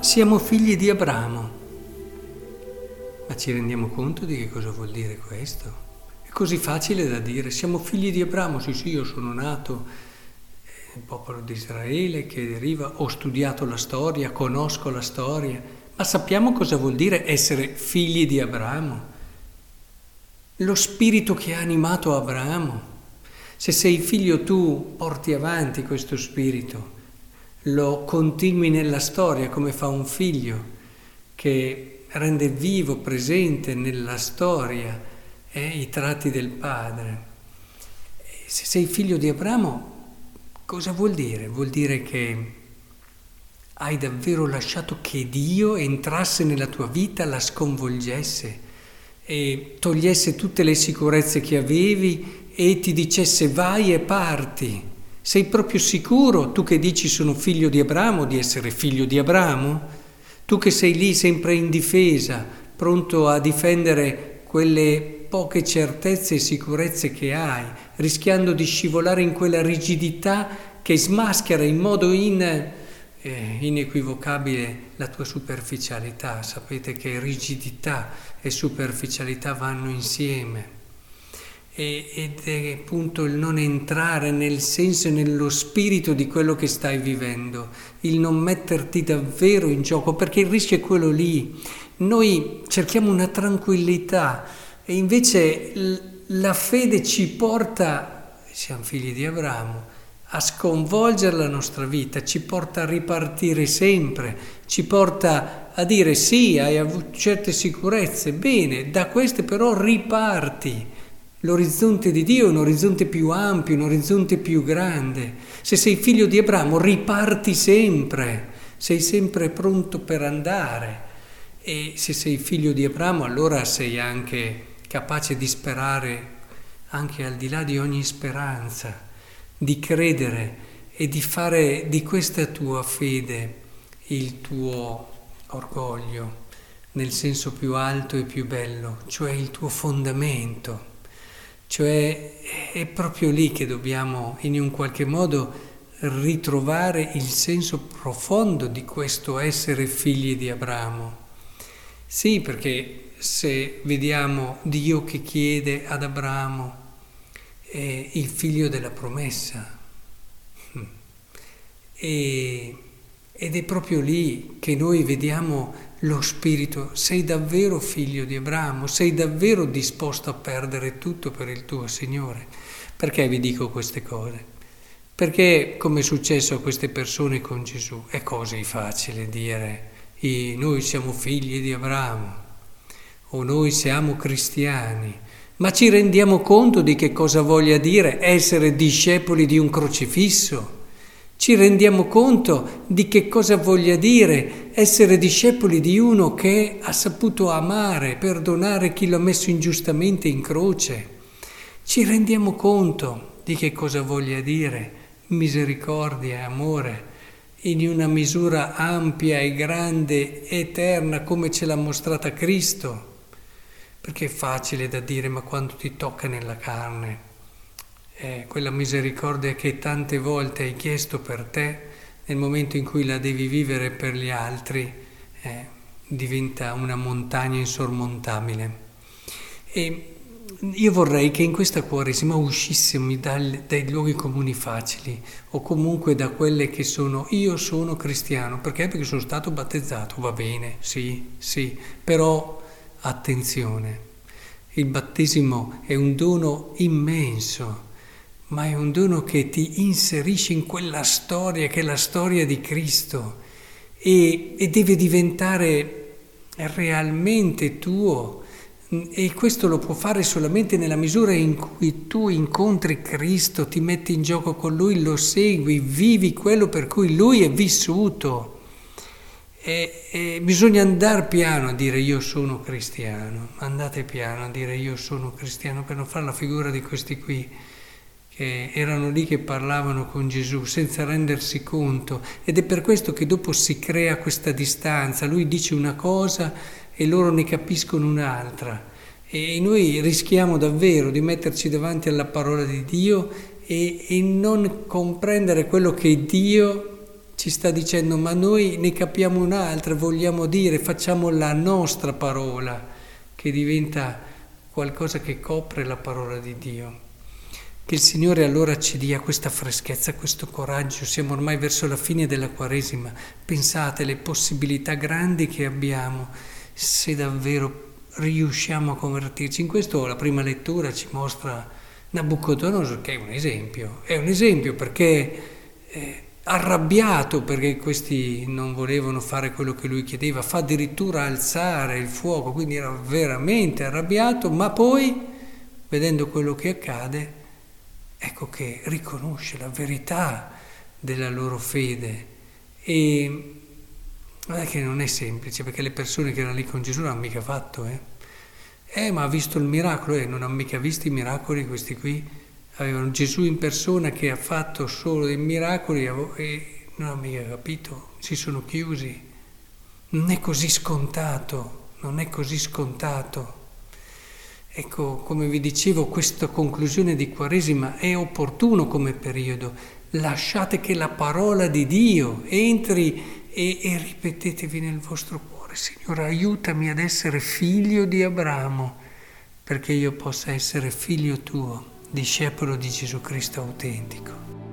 Siamo figli di Abramo. Ma ci rendiamo conto di che cosa vuol dire questo? È così facile da dire, siamo figli di Abramo, sì, io sono nato nel popolo di Israele che deriva, ho studiato la storia, conosco la storia, ma sappiamo cosa vuol dire essere figli di Abramo? Lo spirito che ha animato Abramo. Se sei figlio tu porti avanti questo spirito, lo continui nella storia come fa un figlio che rende vivo, presente nella storia i tratti del padre. Se sei figlio di Abramo, cosa vuol dire? Vuol dire che hai davvero lasciato che Dio entrasse nella tua vita, la sconvolgesse e togliesse tutte le sicurezze che avevi e ti dicesse vai e parti. Sei proprio sicuro, tu che dici sono figlio di Abramo, di essere figlio di Abramo? Tu che sei lì sempre in difesa, pronto a difendere quelle poche certezze e sicurezze che hai, rischiando di scivolare in quella rigidità che smaschera in modo inequivocabile la tua superficialità. Sapete che rigidità e superficialità vanno insieme. Ed è appunto il non entrare nel senso e nello spirito di quello che stai vivendo, il non metterti davvero in gioco, perché il rischio è quello lì. Noi cerchiamo una tranquillità e invece la fede ci porta, siamo figli di Abramo, a sconvolgere la nostra vita, ci porta a ripartire sempre, ci porta a dire sì, hai avuto certe sicurezze, bene, da queste però riparti. L'orizzonte di Dio è un orizzonte più ampio, un orizzonte più grande. Se sei figlio di Abramo, riparti sempre, sei sempre pronto per andare. E se sei figlio di Abramo, allora sei anche capace di sperare anche al di là di ogni speranza, di credere e di fare di questa tua fede il tuo orgoglio, nel senso più alto e più bello, cioè il tuo fondamento. Cioè è proprio lì che dobbiamo in un qualche modo ritrovare il senso profondo di questo essere figli di Abramo. Sì, perché se vediamo Dio che chiede ad Abramo il figlio della promessa, ed è proprio lì che noi vediamo lo spirito, sei davvero figlio di Abramo, sei davvero disposto a perdere tutto per il tuo Signore. Perché vi dico queste cose? Perché, come è successo a queste persone con Gesù, è così facile dire noi siamo figli di Abramo o noi siamo cristiani, ma ci rendiamo conto di che cosa voglia dire essere discepoli di un crocifisso? Ci rendiamo conto di che cosa voglia dire essere discepoli di uno che ha saputo amare, perdonare chi l'ha messo ingiustamente in croce. Ci rendiamo conto di che cosa voglia dire misericordia e amore in una misura ampia e grande, eterna, come ce l'ha mostrata Cristo. Perché è facile da dire, ma quando ti tocca nella carne, quella misericordia che tante volte hai chiesto per te, nel momento in cui la devi vivere per gli altri, diventa una montagna insormontabile. E io vorrei che in questa Quaresima uscissimo dai luoghi comuni facili, o comunque da quelle che sono, io sono cristiano, perché sono stato battezzato, va bene, sì, però attenzione, il battesimo è un dono immenso, ma è un dono che ti inserisce in quella storia che è la storia di Cristo e deve diventare realmente tuo, e questo lo può fare solamente nella misura in cui tu incontri Cristo, ti metti in gioco con Lui, lo segui, vivi quello per cui Lui è vissuto. E bisogna andare piano a dire io sono cristiano, andate piano a dire io sono cristiano, per non fare la figura di questi qui che erano lì che parlavano con Gesù senza rendersi conto, ed è per questo che dopo si crea questa distanza, lui dice una cosa e loro ne capiscono un'altra, e noi rischiamo davvero di metterci davanti alla parola di Dio e non comprendere quello che Dio ci sta dicendo, ma noi ne capiamo un'altra, vogliamo dire, facciamo la nostra parola, che diventa qualcosa che copre la parola di Dio. Che il Signore allora ci dia questa freschezza, questo coraggio. Siamo ormai verso la fine della Quaresima. Pensate alle possibilità grandi che abbiamo se davvero riusciamo a convertirci. In questo la prima lettura ci mostra Nabucodonosor, che è un esempio perché arrabbiato perché questi non volevano fare quello che lui chiedeva, fa addirittura alzare il fuoco, quindi era veramente arrabbiato, ma poi, vedendo quello che accade, ecco che riconosce la verità della loro fede. E guarda che non è semplice, perché le persone che erano lì con Gesù non hanno mica fatto, ma ha visto il miracolo, non hanno mica visto i miracoli questi qui. Avevano Gesù in persona che ha fatto solo dei miracoli e non hanno mica capito, si sono chiusi. Non è così scontato, non è così scontato. Ecco, come vi dicevo, questa conclusione di Quaresima è opportuno come periodo. Lasciate che la parola di Dio entri e ripetetevi nel vostro cuore: Signore, aiutami ad essere figlio di Abramo, perché io possa essere figlio tuo, discepolo di Gesù Cristo autentico.